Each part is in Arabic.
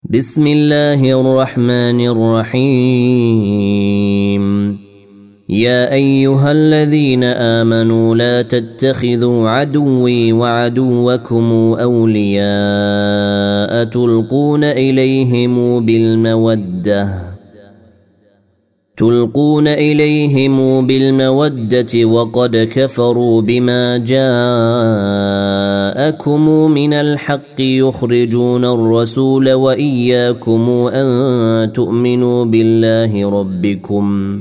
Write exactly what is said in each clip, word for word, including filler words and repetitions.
بسم الله الرحمن الرحيم. يا أيها الذين آمنوا لا تتخذوا عدوي وعدوكم أولياء تلقون إليهم بالمودة تلقون إليهم بالمودة وقد كفروا بما جاءكم من الحق يخرجون الرسول وإياكم أن تؤمنوا بالله ربكم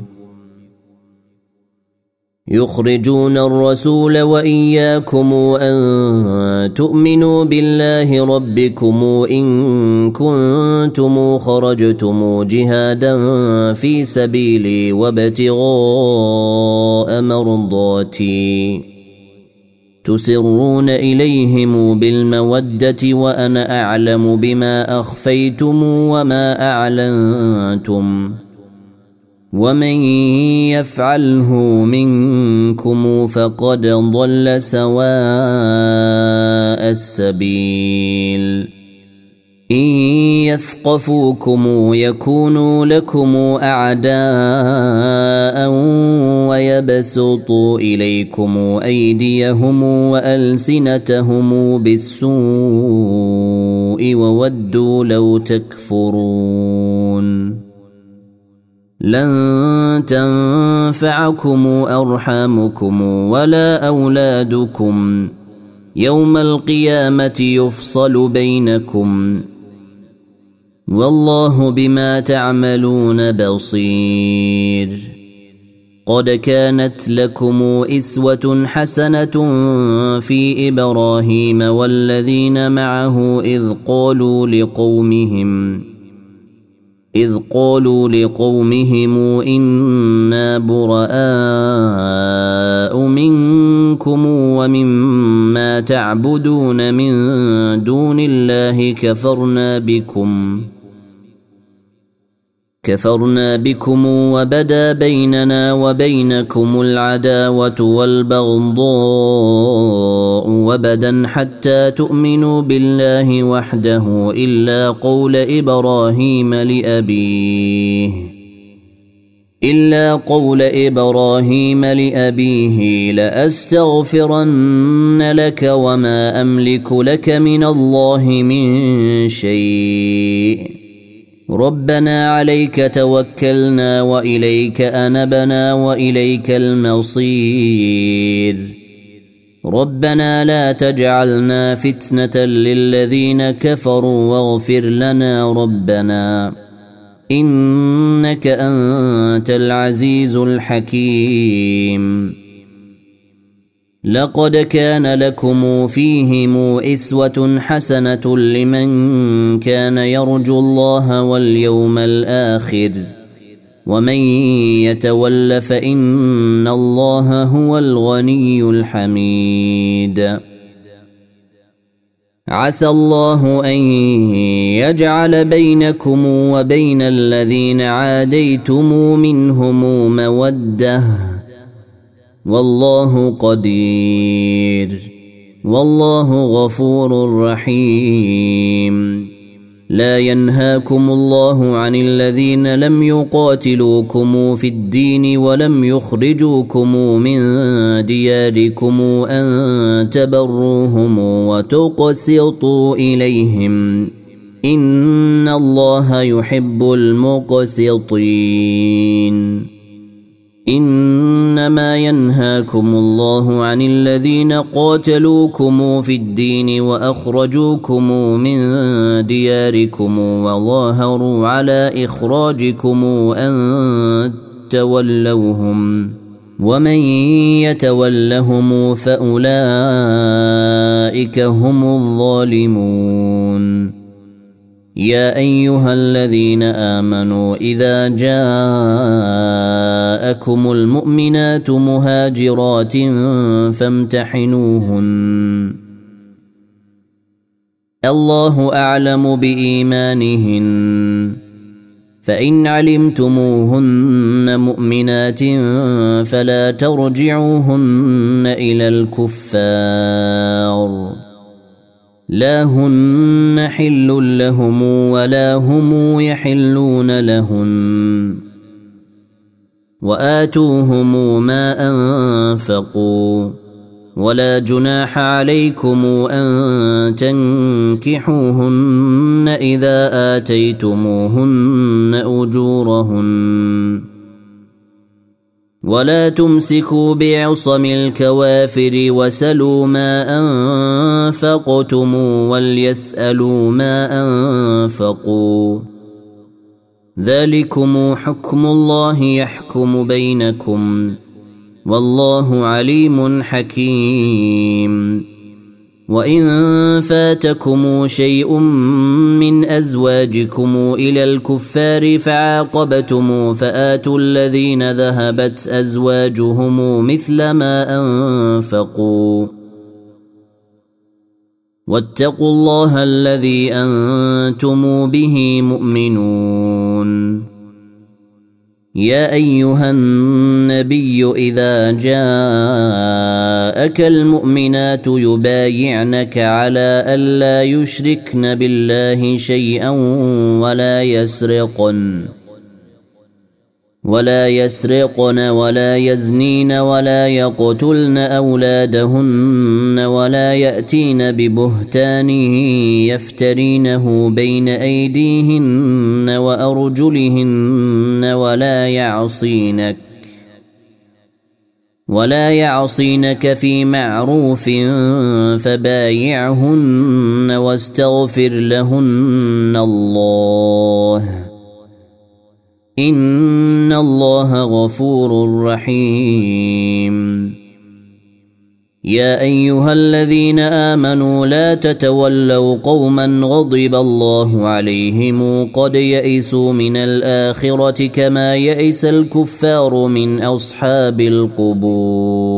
يخرجون الرسول وإياكم أن تؤمنوا بالله ربكم إن كنتم خرجتم جهادا في سبيلي وابتغاء مرضاتي تسرون إليهم بالمودة وأنا أعلم بما أخفيتم وما أعلنتم ومن يفعله منكم فقد ضل سواء السبيل. إن يثقفوكم يكونوا لكم أعداء ويبسطوا إليكم أيديهم وألسنتهم بالسوء وودوا لو تكفرون. لن تنفعكم أرحامكم ولا أولادكم يوم القيامة يفصل بينكم والله بما تعملون بصير. قد كانت لكم إسوة حسنة في إبراهيم والذين معه إذ قالوا لقومهم إذ قالوا لقومهم إنا براء منكم ومما تعبدون من دون الله كفرنا بكم كفرنا بكم وبدا بيننا وبينكم العداوة والبغضاء وبدا حتى تؤمنوا بالله وحده إلا قول إبراهيم لأبيه إلا قول إبراهيم لأبيه لأستغفرن لك وما أملك لك من الله من شيء ربنا عليك توكلنا وإليك أنبنا وإليك المصير ربنا لا تجعلنا فتنة للذين كفروا واغفر لنا ربنا إنك أنت العزيز الحكيم. لقد كان لكم فيهم إسوة حسنة لمن كان يرجو الله واليوم الآخر ومن يتول فإن الله هو الغني الحميد. عسى الله أن يجعل بينكم وبين الذين عاديتم منهم مودة والله قدير والله غفور رحيم. لا ينهاكم الله عن الذين لم يقاتلوكم في الدين ولم يخرجوكم من دياركم أن تبروهم وتقسطوا إليهم إن الله يحب المقسطين. إنما ينهاكم الله عن الذين قاتلوكم في الدين وأخرجوكم من دياركم وظاهروا على إخراجكم أن تولوهم ومن يتولهم فأولئك هم الظالمون. يا أيها الذين آمنوا إذا جاءكم المؤمنات مهاجرات فامتحنوهن الله أعلم بإيمانهن فإن علمتموهن مؤمنات فلا ترجعوهن إلى الكفار لا هن حل لهم ولا هم يحلون لهن وآتوهم ما أنفقوا ولا جناح عليكم أن تنكحوهن إذا آتيتموهن أجورهن ولا تمسكوا بعصم الكوافر وسلوا ما أنفقتم وليسألوا ما أنفقوا ذلكم حكم الله يحكم بينكم والله عليم حكيم وإن فاتكم شيء من أزواجكم إلى الكفار فعاقبتم فآتوا الذين ذهبت أزواجهم مثل ما أنفقوا واتقوا الله الذي أنتم به مؤمنون يا أيها النبي إذا جاءك المؤمنات يبايعنك على ألا يشركن بالله شيئا ولا يسرقن ولا يسرقن ولا يزنين ولا يقتلن أولادهن ولا يأتين ببهتان يفترينه بين أيديهن وأرجلهن ولا يعصينك ولا يعصينك في معروف فبايعهن واستغفر لهن الله إن الله غفور رحيم يا أيها الذين آمنوا لا تتولوا قوما غضب الله عليهم قد يئسوا من الآخرة كما يئس الكفار من أصحاب القبور